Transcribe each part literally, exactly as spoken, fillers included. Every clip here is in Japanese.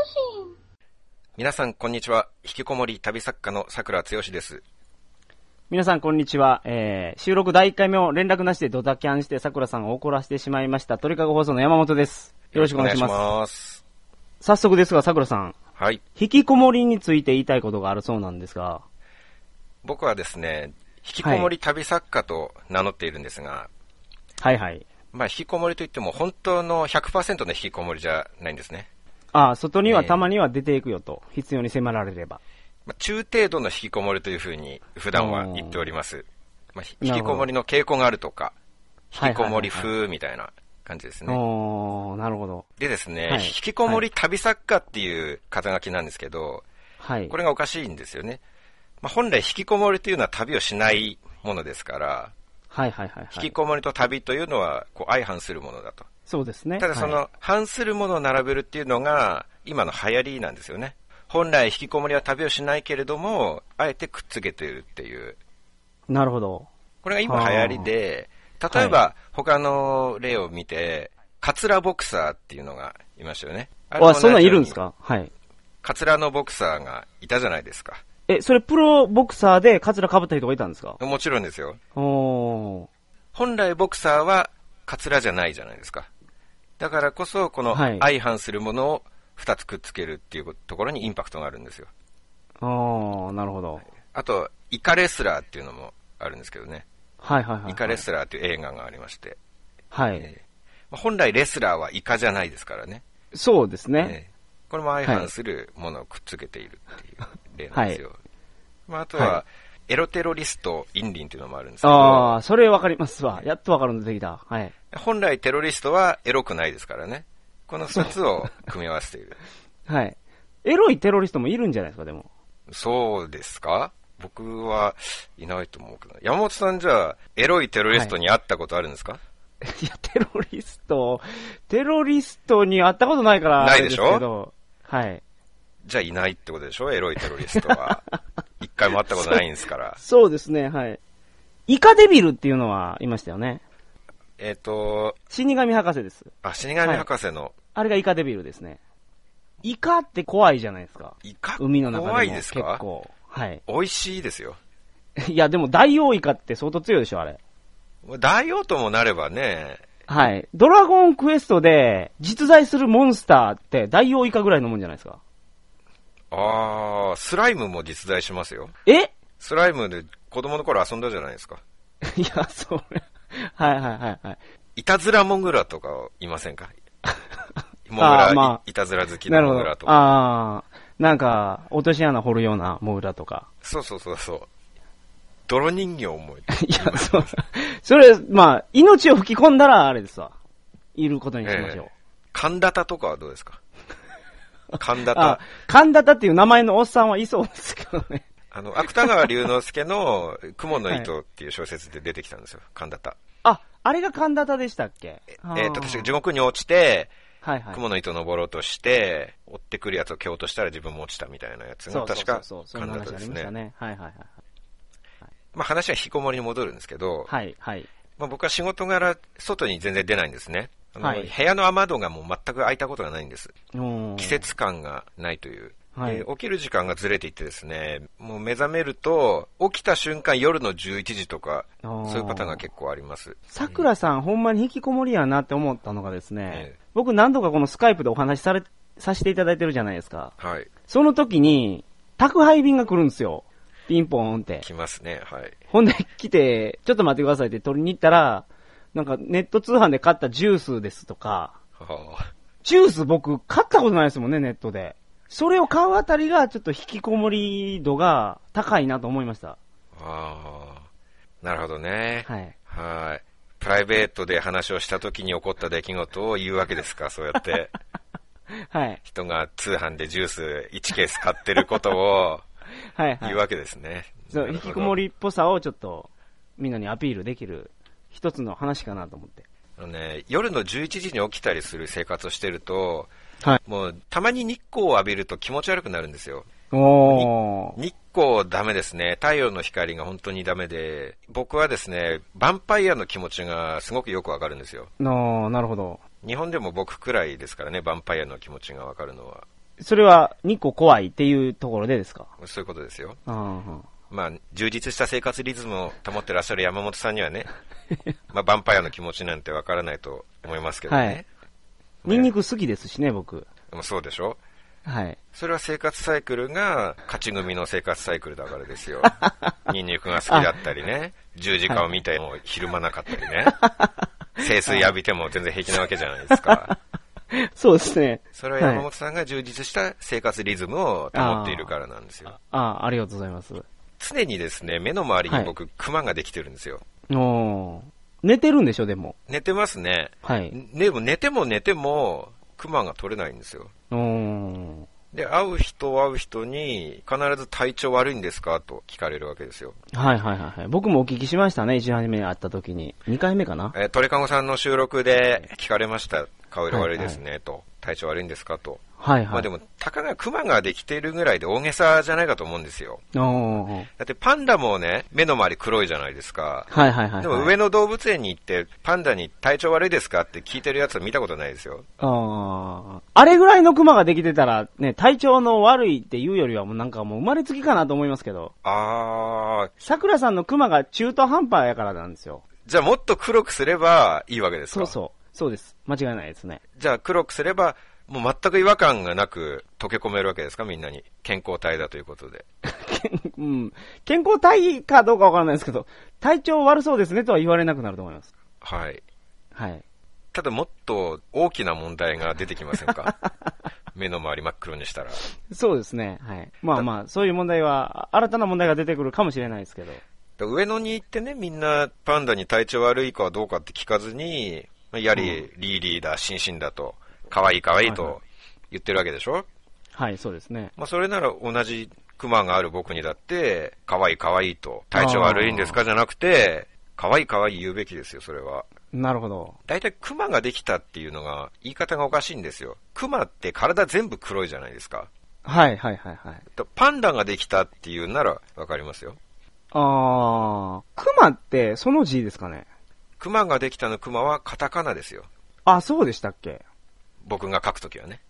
信。 皆さんこんにちは。引きこもり旅作家の桜剛です。 皆さんこんにちは。えー、収録だいいっかいめを連絡なしでドタキャンして桜さんを怒らせてしまいました鳥かご放送の山本です。よろしくお願いします。 お願いします。 早速ですが桜さん。 はい。 引きこもりについて言いたいことがあるそうなんですが。 僕はですね、引きこもり旅作家と名乗っているんですが。 はいはい。 まあ引きこもりといっても本当の ひゃくパーセント の引きこもりじゃないんですね。 ああ、外にはたまには出ていくよと、ね、必要に迫られれば。 まあ、中程度の引きこもりというふうに普段は言っております。まあ、引きこもりの傾向があるとか、引きこもり風みたいな感じですね。 おー、なるほど。 でですね、 はい、 引きこもり旅作家っていう肩書きなんですけど、 はい、 これがおかしいんですよね。まあ、本来引きこもりというのは旅をしないものですから、 はいはいはいはい、 引きこもりと旅というのはこう相反するものだと。 そうですね。 ただその、はい、反するものを並べるっていうのが今の流行りなんですよね。本来引きこもりは旅をしないけれども、あえてくっつけているっていう。なるほど。 これが今流行りで、例えば他の例を見て、カツラボクサーっていうのがいましたよね。 あ、そんなんいるんですか？はい。 カツラのボクサーがいたじゃないですか。 え、それプロボクサーでカツラ被った人がいたんですか？ もちろんですよ。 おー。 本来ボクサーはカツラじゃないじゃないですか。だからこそこの相反するものを二つくっつけるっていうところにインパクトがあるんですよ。 あー、なるほど。 あとイカレスラーっていうのもあるんですけどね。 はいはいはい、はい。 イカレスラーっていう映画がありまして。 はい。 えー、本来レスラーはイカじゃないですからね。 そうですね。 えー、これも相反するものをくっつけているっていう例なんですよ。はい、まあ、あとは、はい、エロテロリストインリンっていうのもあるんですけど。 ああ、それわかりますわ。やっとわかるの出てきた。はい。 本来テロリストはエロくないですからね。この二つを組み合わせている。 はい。エロいテロリストもいるんじゃないですか、でも。 そうですか？僕はいないと思うけど。山本さんじゃあ、エロいテロリストに会ったことあるんですか？はい、 いや、テロリスト、テロリストに会ったことないからないでしょ？ はい。 じゃあいないってことでしょ？エロいテロリストは。一回も会ったことないんですから。 そ, そうですね、はい。イカデビルっていうのはいましたよね。 えっ、ー、と、 死神博士です。 あ、死神博士の、はい。 あれがイカデビルですね。イカって怖いじゃないですか。 イカ海の中でも怖いですか？ 結構。はい。 美味しいですよ。 いや、でも大王イカって相当強いでしょ、あれ。 大王ともなればね。 はい。ドラゴンクエストで実在するモンスターって大王イカぐらいのもんじゃないですか。 あー、スライムも実在しますよ。 え？ スライムで子供の頃遊んだじゃないですか。 いや、それ。はいはいはいはい。 いたずらモグラとかいませんか？モグラ、まあ、い, いたずら好きのモグラとか。 ああ、なんか、落とし穴掘るようなモグラとか。 そうそうそうそう。泥人形思い。 いや、そう。それ、まあ、命を吹き込んだらあれですわ。いることにしましょう。 カンダタとかはどうですか？カンダタ。 あ、カンダタっていう名前のおっさんはいそうですけどね。 あの、芥川龍之介の雲の糸っていう小説で出てきたんですよ、カンダタ。 あ、あれがカンダタでしたっけ？ えー、っと、確か地獄に落ちて、 はいはい、 雲の糸登ろうとして、追ってくるやつを蹴落としたら自分も落ちたみたいなやつが確かカンダタですね。 ねはいはいはい。 まあ話は引きこもりに戻るんですけど、 はいはい。 まあ僕は仕事柄外に全然出ないんですね。あの、はい、部屋の雨戸がもう全く開いたことがないんです。季節感がないという。はい、で起きる時間がずれていってですね、もう目覚めると起きた瞬間夜のじゅういちじとかそういうパターンが結構あります。 さくらさん、うん、ほんまに引きこもりやなって思ったのがですね、ええ、僕何度かこのスカイプでお話しされさせていただいてるじゃないですか。 はい。 その時に宅配便が来るんですよ。ピンポーンって来ますね。はい。 ほんで来てちょっと待ってくださいって取りに行ったら、なんかネット通販で買ったジュースですとか、はあ、ジュース僕買ったことないですもんね、ネットで。それを買うあたりがちょっと引きこもり度が高いなと思いました。 ああ、なるほどね。 はい。 はい。プライベートで話をした時に起こった出来事を言うわけですか、そうやって。 はい。 人が通販でジュースいちケース買ってることを言うわけですね。はいはい、 そう、引きこもりっぽさをちょっとみんなにアピールできる一つの話かなと思って。 あのね、夜のじゅういちじに起きたりする生活をしてると、 はい、 もうたまに日光を浴びると気持ち悪くなるんですよ。 お日光ダメですね。太陽の光が本当にダメで、僕はですね、ヴァンパイアの気持ちがすごくよくわかるんですよ。 あ、なるほど。 日本でも僕くらいですからね、ヴァンパイアの気持ちがわかるのは。 それは日光怖いっていうところでですか？ そういうことですよ。 あまあ、充実した生活リズムを保ってらっしゃる山本さんにはね、まあ、ヴァンパイアの気持ちなんてわからないと思いますけどね。はい。 ニンニク好きですしね、僕。 でもそうでしょ？ はい。 それは生活サイクルが勝ち組の生活サイクルだからですよ。ニンニクが好きだったりね、じゅうじかんを見てもひるまなかったりね、清水浴びても全然平気なわけじゃないですか。 そうですね。 それは山本さんが充実した生活リズムを保っているからなんですよ。 ああ、ありがとうございます。 常にですね、目の周りに僕、はい、クマができてるんですよ。 おー。寝てるんでしょ、でも。 寝てますね。 はい。 でも寝ても寝ても、クマが取れないんですよ。 おー。 で、会う人会う人に、必ず体調悪いんですかと聞かれるわけですよ。 はいはいはい。僕もお聞きしましたね、一番目に会った時に。二回目かな？ えー、トレカゴさんの収録で聞かれました。顔色悪いですね、はいはい、と。体調悪いんですかと。 はいはい。 まあでも、たかがクマができているぐらいで大げさじゃないかと思うんですよ。 おー。 だってパンダもね、目の周り黒いじゃないですか。 はいはいはい、はい。 でも上野動物園に行って、パンダに体調悪いですかって聞いてるやつは見たことないですよ。 ああ。あれぐらいのクマができてたら、ね、体調の悪いっていうよりはもうなんかもう生まれつきかなと思いますけど。 ああ。 桜さんのクマが中途半端やからなんですよ。 じゃあもっと黒くすればいいわけですか？ そうそう。そうです。間違いないですね。 じゃあ黒くすれば、もう全く違和感がなく溶け込めるわけですか、みんなに。健康体だということで。 うん、健康体かどうかわからないですけど、体調悪そうですねとは言われなくなると思います。 はい。 はい。 ただもっと大きな問題が出てきませんか？目の周り真っ黒にしたら。 そうですね。はい。まあまあ、そういう問題は、新たな問題が出てくるかもしれないですけど。 上野に行ってね、みんなパンダに体調悪いかどうかって聞かずに、やり、リーリーだ、シンシンだと、かわいいかわいいと言ってるわけでしょ？はい、 はい、そうですね。 まあそれなら同じクマがある僕にだって、かわいいかわいいと、体調悪いんですかじゃなくて、かわいいかわいい言うべきですよ、それは。 なるほど。 だいたいクマができたっていうのが、言い方がおかしいんですよ。クマって体全部黒いじゃないですか。 はいはいはいはい。 パンダができたっていうならわかりますよ。 あー、クマってその字ですかね？ クマができたのクマはカタカナですよ。 あ、そうでしたっけ？ 僕が書くときはね。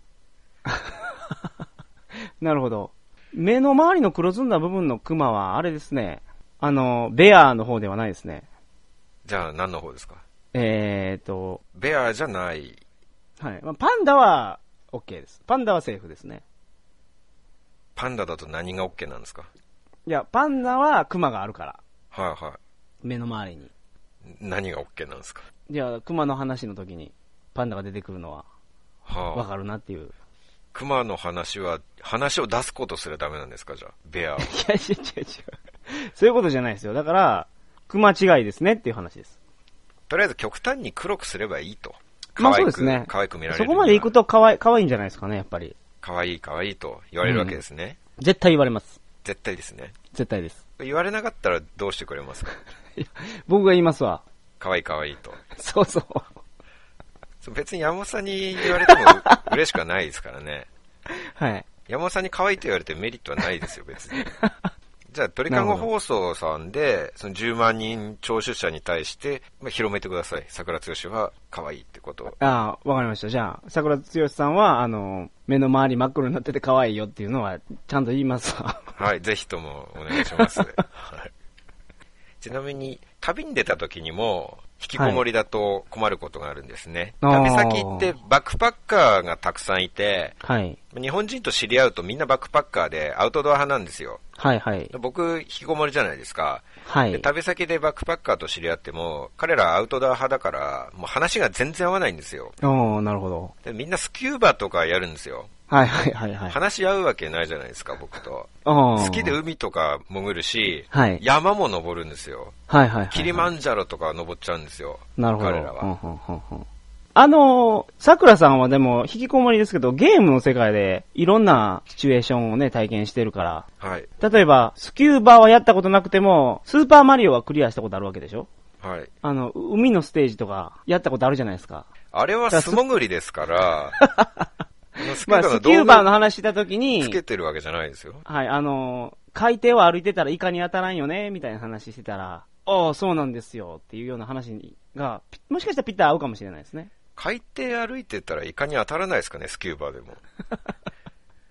なるほど。目の周りの黒ずんだ部分のクマは、あれですね。あの、ベアの方ではないですね。 じゃあ何の方ですか？ えーと。 ベアじゃない。 はい。まあ、パンダは OK です。パンダはセーフですね。 パンダだと何が OK なんですか？ いや、パンダはクマがあるから。 はいはい。 目の周りに。 何が OK なんですか？ いや、クマの話の時にパンダが出てくるのは、わ、はあ、かるなっていう。 クマの話は、話を出すことすらダメなんですか？じゃあ、ベアを。いや、違う違う違う。そういうことじゃないですよ。だから、クマ違いですねっていう話です。 とりあえず極端に黒くすればいいと。 まあそうですね。 可愛く見られる。 そこまで行くと可愛い、可愛いんじゃないですかね、やっぱり。 可愛い可愛いと言われるわけですね。 うん、絶対言われます。 絶対ですね。 絶対です。 言われなかったらどうしてくれますか？ 僕が言いますわ。 可愛い可愛いと。 そうそう。 別に山本さんに言われても嬉しくはないですからね。 はい。 山本さんに可愛いと言われてメリットはないですよ、別に。じゃあ、鳥かご放送さんで、そのじゅうまんにん聴取者に対して、まあ、広めてください。桜剛は可愛いってことを。 ああ、わかりました。じゃあ、桜剛さんは、あの、目の周り真っ黒になってて可愛いよっていうのは、ちゃんと言いますわ。 はい、ぜひともお願いします。はい、ちなみに、旅に出た時にも、引きこもりだと困ることがあるんですね。はい、旅先ってバックパッカーがたくさんいて、 はい、 日本人と知り合うとみんなバックパッカーでアウトドア派なんですよ。 はいはい、 僕、引きこもりじゃないですか。 はい、 で旅先でバックパッカーと知り合っても、彼らアウトドア派だから、もう話が全然合わないんですよ。 おー、なるほど。 でみんなスキューバとかやるんですよ。 はいはいはいはい。 話し合うわけないじゃないですか、僕と。好きで海とか潜るし、 はい、 山も登るんですよ。 はいはいはいはい、 キリマンジャロとか登っちゃうんですよ。 なるほど。 彼らは。 ほんほんほんほんあのー、桜さんはでも引きこもりですけど、ゲームの世界でいろんなシチュエーションをね、体験してるから。 はい。 例えば、スキューバーはやったことなくても、スーパーマリオはクリアしたことあるわけでしょ？ はい。 あの、海のステージとか、やったことあるじゃないですか。 あれは素潜りですから、 まあ、スキューバーの話したときに、 つけてるわけじゃないですよ。 はい、あの、海底を歩いてたらイカに当たらんよね、みたいな話してたら、ああ、そうなんですよ、っていうような話が、もしかしたらピッタリ合うかもしれないですね。 海底歩いてたらイカに当たらないですかね、スキューバーでも。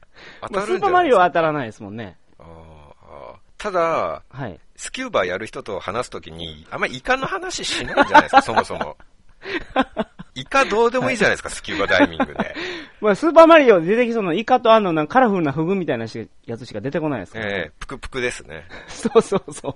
当たるんじゃないですか。 スーパーマリオは当たらないですもんね。 ああ、ただ、 はい、 スキューバやる人と話すときに、あんまりイカの話しないんじゃないですか、そもそも。イカどうでもいいじゃないですか、はい、スキューバダイビングで。 まあ、スーパーマリオで出てきそうなイカとあの、なんかカラフルなフグみたいなやつしか出てこないですから、ね。 ええー、プクプクですね。 そうそうそう。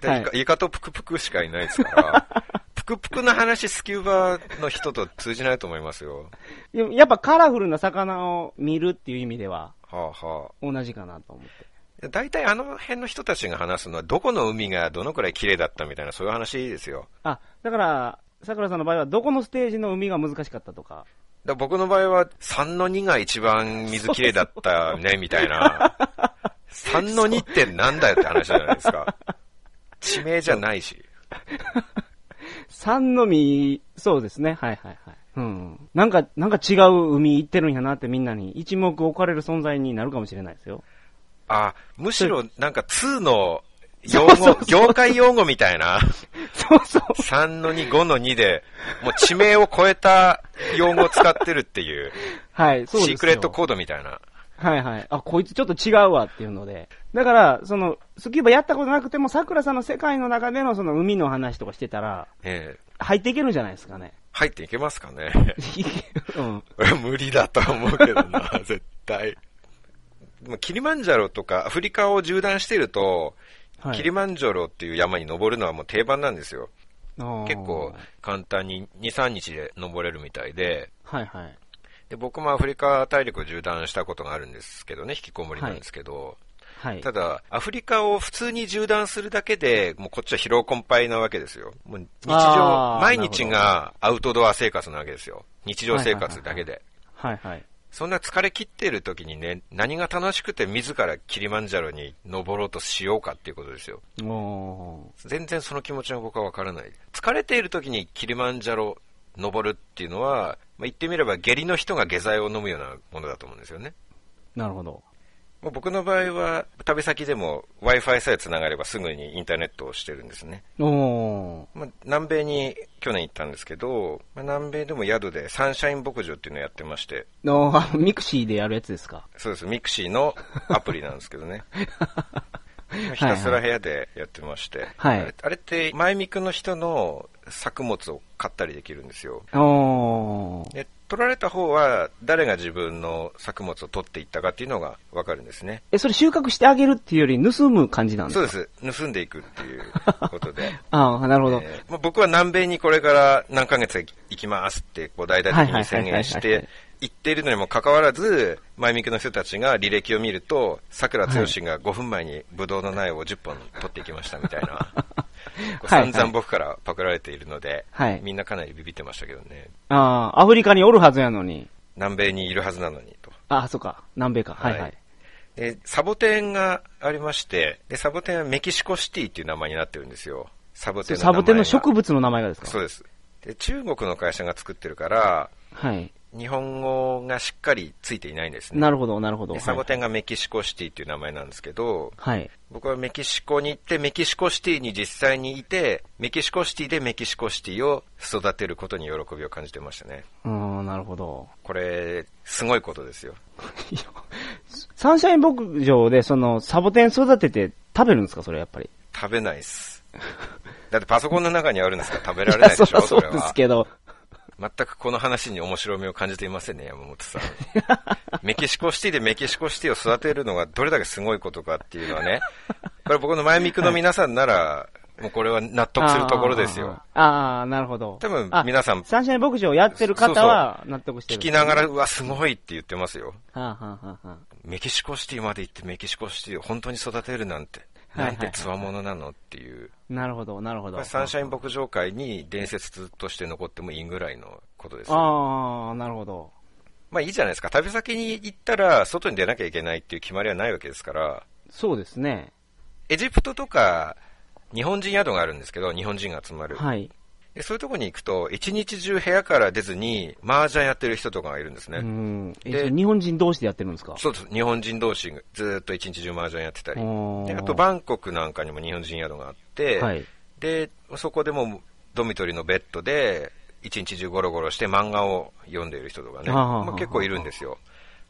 はい、イカ。イカとプクプクしかいないですから。プクプクの話、スキューバの人と通じないと思いますよ。 やっぱカラフルな魚を見るっていう意味では、 はあはあ、 同じかなと思って。 大体あの辺の人たちが話すのは、どこの海がどのくらい綺麗だったみたいな、そういう話ですよ。 あ、だから、桜さんの場合は、どこのステージの海が難しかったとか。 だ僕の場合は、さんのにが一番水綺麗だったね、みたいな。さんのにってなんだよって話じゃないですか。地名じゃないし。 さんのみ、そうですね。はいはいはい。うん。なんか、なんか違う海行ってるんやなってみんなに一目置かれる存在になるかもしれないですよ。 あ、むしろなんかにの用語、そうそうそう、業界用語みたいな。 そうそう。 さんのに、ごのにで、もう地名を超えた用語を使ってるっていう。 はい、そうですよ。 シークレットコードみたいな。 はいはい。あ、こいつちょっと違うわっていうので。だから、その、スキューバやったことなくても、桜さんの世界の中でのその海の話とかしてたら、ええ、入っていけるんじゃないですかね。 入っていけますかね。 うん。 無理だと思うけどな、絶対。キリマンジャロとかアフリカを縦断してると、はい、キリマンジャロっていう山に登るのはもう定番なんですよ。結構簡単にに、さんにちで登れるみたいで、 はいはい、 で僕もアフリカ大陸を縦断したことがあるんですけどね、引きこもりなんですけど、はいはい、ただアフリカを普通に縦断するだけでもうこっちは疲労困憊なわけですよ。もう日常、毎日がアウトドア生活なわけですよ。日常生活だけで。 はいはいはいはい、 そんな疲れ切っている時にね、何が楽しくて自らキリマンジャロに登ろうとしようかっていうことですよ。全然その気持ちが僕はわからない。疲れている時にキリマンジャロ登るっていうのは、まあ、言ってみれば下痢の人が下剤を飲むようなものだと思うんですよね。 なるほど。 僕の場合は旅先でも Wi-Fi さえつながればすぐにインターネットをしてるんですね。おまあ、南米に去年行ったんですけど、まあ、南米でも宿でサンシャイン牧場っていうのをやってまして。 あミクシーでやるやつですか？ そうです。ミクシーのアプリなんですけどね。ひたすら部屋でやってまして。はい、あれ、あれって前ミクの人の作物を買ったりできるんですよ。おで取られた方は誰が自分の作物を取っていったかっていうのが分かるんですね。 え、それ収穫してあげるっていうより盗む感じなんですか？ そうです。盗んでいくっていうことで。 ああ、なるほど、 えー。僕は南米にこれから何ヶ月行きますってこう大々的に宣言して行っているのにもかかわらず、前ミクの人たちが履歴を見ると、桜剛がごふんまえにブドウの苗をじゅっぽん取っていきましたみたいな。散々僕からパクられているので、はい、みんなかなりビビってましたけどね。 ああ、アフリカにおるはずやのに。 南米にいるはずなのにと。 ああ、そうか。南米か。はいはい。 でサボテンがありまして、でサボテンはメキシコシティっていう名前になってるんですよ。サボテンの名前が。サボテンの植物の名前がですか？ そうです。で中国の会社が作ってるから、はい。日本語がしっかりついていないんですね。 なるほど、なるほど。 サボテンがメキシコシティっていう名前なんですけど、はい。僕はメキシコに行って、メキシコシティに実際にいて、メキシコシティでメキシコシティを育てることに喜びを感じてましたね。 うーん、なるほど。 これ、すごいことですよ。 サンシャイン牧場で、その、サボテン育てて食べるんですか、それやっぱり。 食べないっす。だってパソコンの中にあるんですから食べられないでしょ、それは。 そうですけど。 全くこの話に面白みを感じていませんね、山本さん。メキシコシティでメキシコシティを育てるのがどれだけすごいことかっていうのはね、これ僕の前ミクの皆さんなら、もうこれは納得するところですよ。 ああ、なるほど。 多分皆さん。 サンシャイン牧場をやってる方は納得してる。 聞きながら、うわ、すごいって言ってますよ。 はあはあはあ、 メキシコシティまで行ってメキシコシティを本当に育てるなんて。なんてつわものなのっていう。 なるほど、なるほど。 サンシャイン牧場界に伝説として残ってもいいぐらいのことです、ね。 ああ、なるほど。 まあいいじゃないですか。旅先に行ったら外に出なきゃいけないっていう決まりはないわけですから。 そうですね。 エジプトとか日本人宿があるんですけど、日本人が集まる。はい。でそういうところに行くと、一日中部屋から出ずに、麻雀やってる人とかがいるんですね。うんで日本人同士でやってるんですか？ そうです。日本人同士、ずっと一日中麻雀やってたり。であと、バンコクなんかにも日本人宿があって、はい、で、そこでもドミトリーのベッドで、一日中ゴロゴロして漫画を読んでいる人とかね、まあ、結構いるんですよ。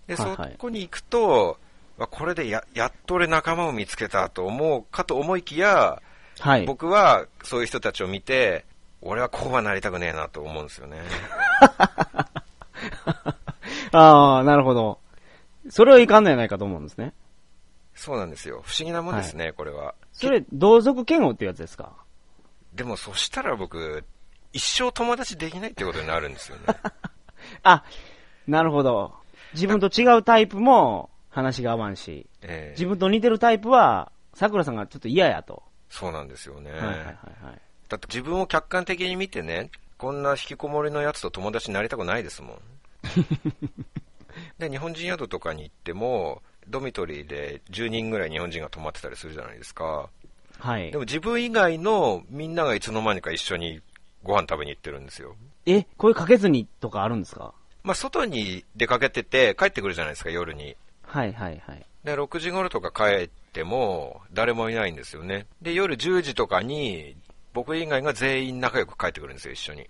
で、はいはい、そこに行くと、これで や, やっと俺仲間を見つけたと思うかと思いきや、はい、僕はそういう人たちを見て、俺はこうはなりたくねえなと思うんですよね。 ああ、なるほど。それはいかんのやないかと思うんですね。 そうなんですよ。不思議なもんですね、はい、これは。 それ、同族嫌悪っていうやつですか？ でもそしたら僕、一生友達できないってことになるんですよね。 あ、なるほど。自分と違うタイプも話が合わんし、えー、自分と似てるタイプは、桜さんがちょっと嫌やと。 そうなんですよね。はいはいはい、はい。だって自分を客観的に見てね、こんな引きこもりのやつと友達になりたくないですもん。で、日本人宿とかに行っても、ドミトリーでじゅうにんぐらい日本人が泊まってたりするじゃないですか。はい。でも自分以外のみんながいつの間にか一緒にご飯食べに行ってるんですよ。 え、声かけずにとかあるんですか？ まあ、外に出かけてて帰ってくるじゃないですか、夜に。 はいはいはい。 で、ろくじ頃とか帰っても誰もいないんですよね。で、夜じゅうじとかに僕以外が全員仲良く帰ってくるんですよ、一緒に。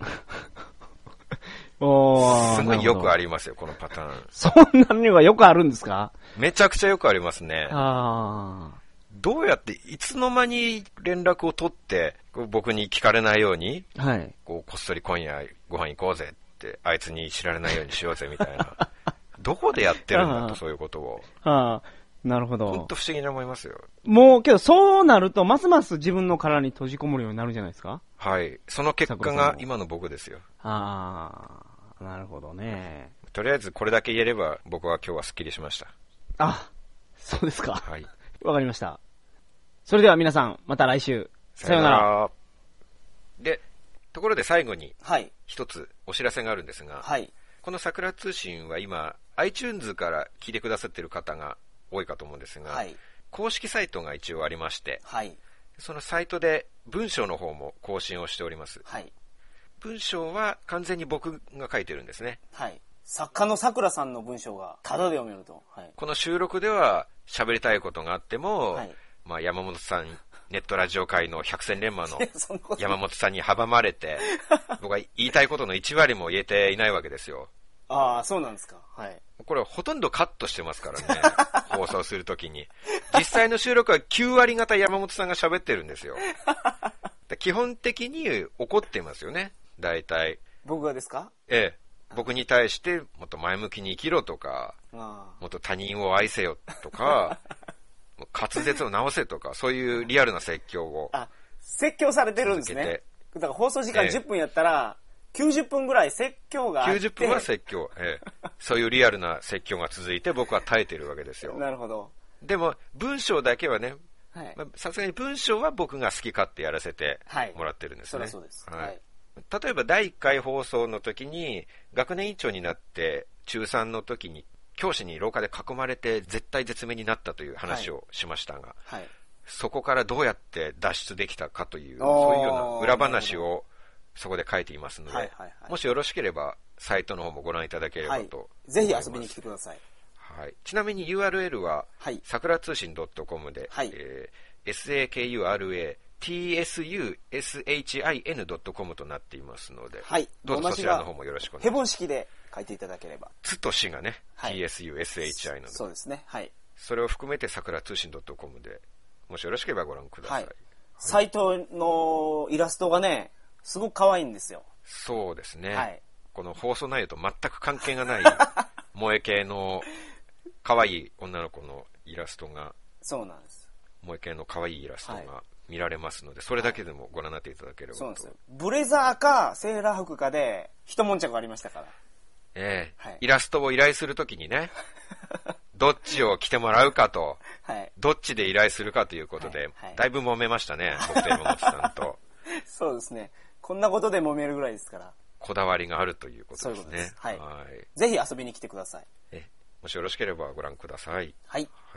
おすごいよくありますよ、このパターン。 そんなのがよくあるんですか？ めちゃくちゃよくありますね。あどうやっていつの間に連絡を取って僕に聞かれないように、はい、こうこっそり今夜ご飯行こうぜってあいつに知られないようにしようぜみたいな。どこでやってるんだと、そういうことを。ああ、 なるほど。 本当不思議に思いますよ。 もうけどそうなるとますます自分の殻に閉じこもるようになるじゃないですか。 はい。その結果が今の僕ですよ。 ああ、なるほどね。 とりあえずこれだけ言えれば僕は今日はスッキリしました。 あ、そうですか。はい。わかりました。それでは皆さんまた来週。さようなら。 で、ところで最後に一つお知らせがあるんですが、はい、この桜通信は今 iTunes から聞いてくださっている方が多いかと思うんですが、はい、公式サイトが一応ありまして、はい、そのサイトで文章の方も更新をしております。はい、文章は完全に僕が書いてるんですね。 はい、作家の桜さんの文章がタダで読めると。はい、 この収録では喋りたいことがあっても、はい、まあ、山本さん、ネットラジオ界の百戦錬磨の山本さんに阻まれて、僕は言いたいことのいち割も言えていないわけですよ。 ああ、そうなんですか。はい。 これほとんどカットしてますからね。放送するときに。実際の収録はきゅう割方山本さんが喋ってるんですよ。基本的に怒ってますよね。大体。 僕がですか？ ええ。僕に対してもっと前向きに生きろとか、もっと他人を愛せよとか、滑舌を直せとか、そういうリアルな説教を。あ、説教されてるんですね。だから放送時間じゅっぷんやったら、きゅうじゅっぷんぐらい説教があって。きゅうじゅっぷんは説教。ええ、そういうリアルな説教が続いて僕は耐えてるわけですよ。なるほど。でも、文章だけはね、さすがに文章は僕が好き勝手やらせてもらってるんですね。はい、そりゃそうです。はい。はい、例えばだいいっかい放送の時に、学年委員長になって中さんの時に、教師に廊下で囲まれて絶対絶命になったという話をしましたが、はいはい、そこからどうやって脱出できたかという、そういうような裏話をそこで書いていますので、はいはいはい、もしよろしければサイトの方もご覧いただければと、はい、ぜひ遊びに来てください。はい、ちなみに ユーアールエル は、はい、桜通信 .com で、はい、えー、エスエーケーユーアールエーティーエスユーエスエイチアイエヌドットコム となっていますので、はい、どうぞそちらの方もよろしくお願いします。ヘボン式で書いていただければ。つとしがね、はい、ティーエスユーエスエイチアイ なので。そうですね。はい。それを含めて桜通信 .com で、もしよろしければご覧ください。はい。サイトのイラストがね、すごく可愛いんですよ。そうですね。はい。この放送内容と全く関係がない、萌え系の可愛い女の子のイラストが、そうなんです。萌え系の可愛いイラストが見られますので、それだけでもご覧になっていただければと。そうなんですよ。ブレザーかセーラー服かで一悶着ありましたから。ええーはい、イラストを依頼するときにね、どっちを着てもらうかと、はい、どっちで依頼するかということで、はいはい、だいぶ揉めましたね、僕と山本さんと。そうですね。こんなことで揉めるぐらいですから。こだわりがあるということですね。そういうことです。はい。はい、ぜひ遊びに来てください。え、もしよろしければご覧ください。はい。はい、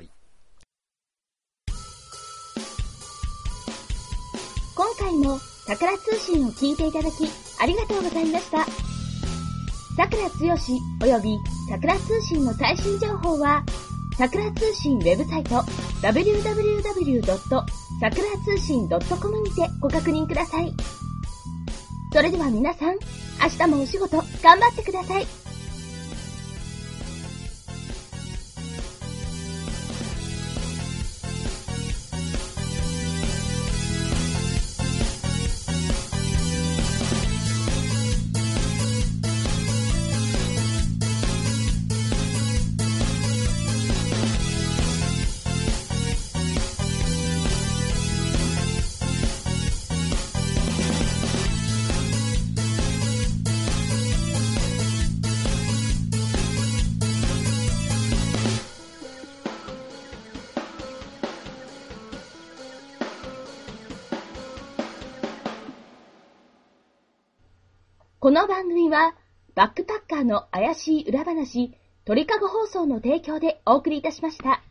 今回も桜通信を聞いていただきありがとうございました。桜つよしおよび桜通信の最新情報は桜通信ウェブサイト ダブリューダブリューダブリュードットさくら通信ドットコム にてご確認ください。それでは皆さん、明日もお仕事頑張ってください。 この番組は、バックパッカーの怪しい裏話、鳥かご放送の提供でお送りいたしました。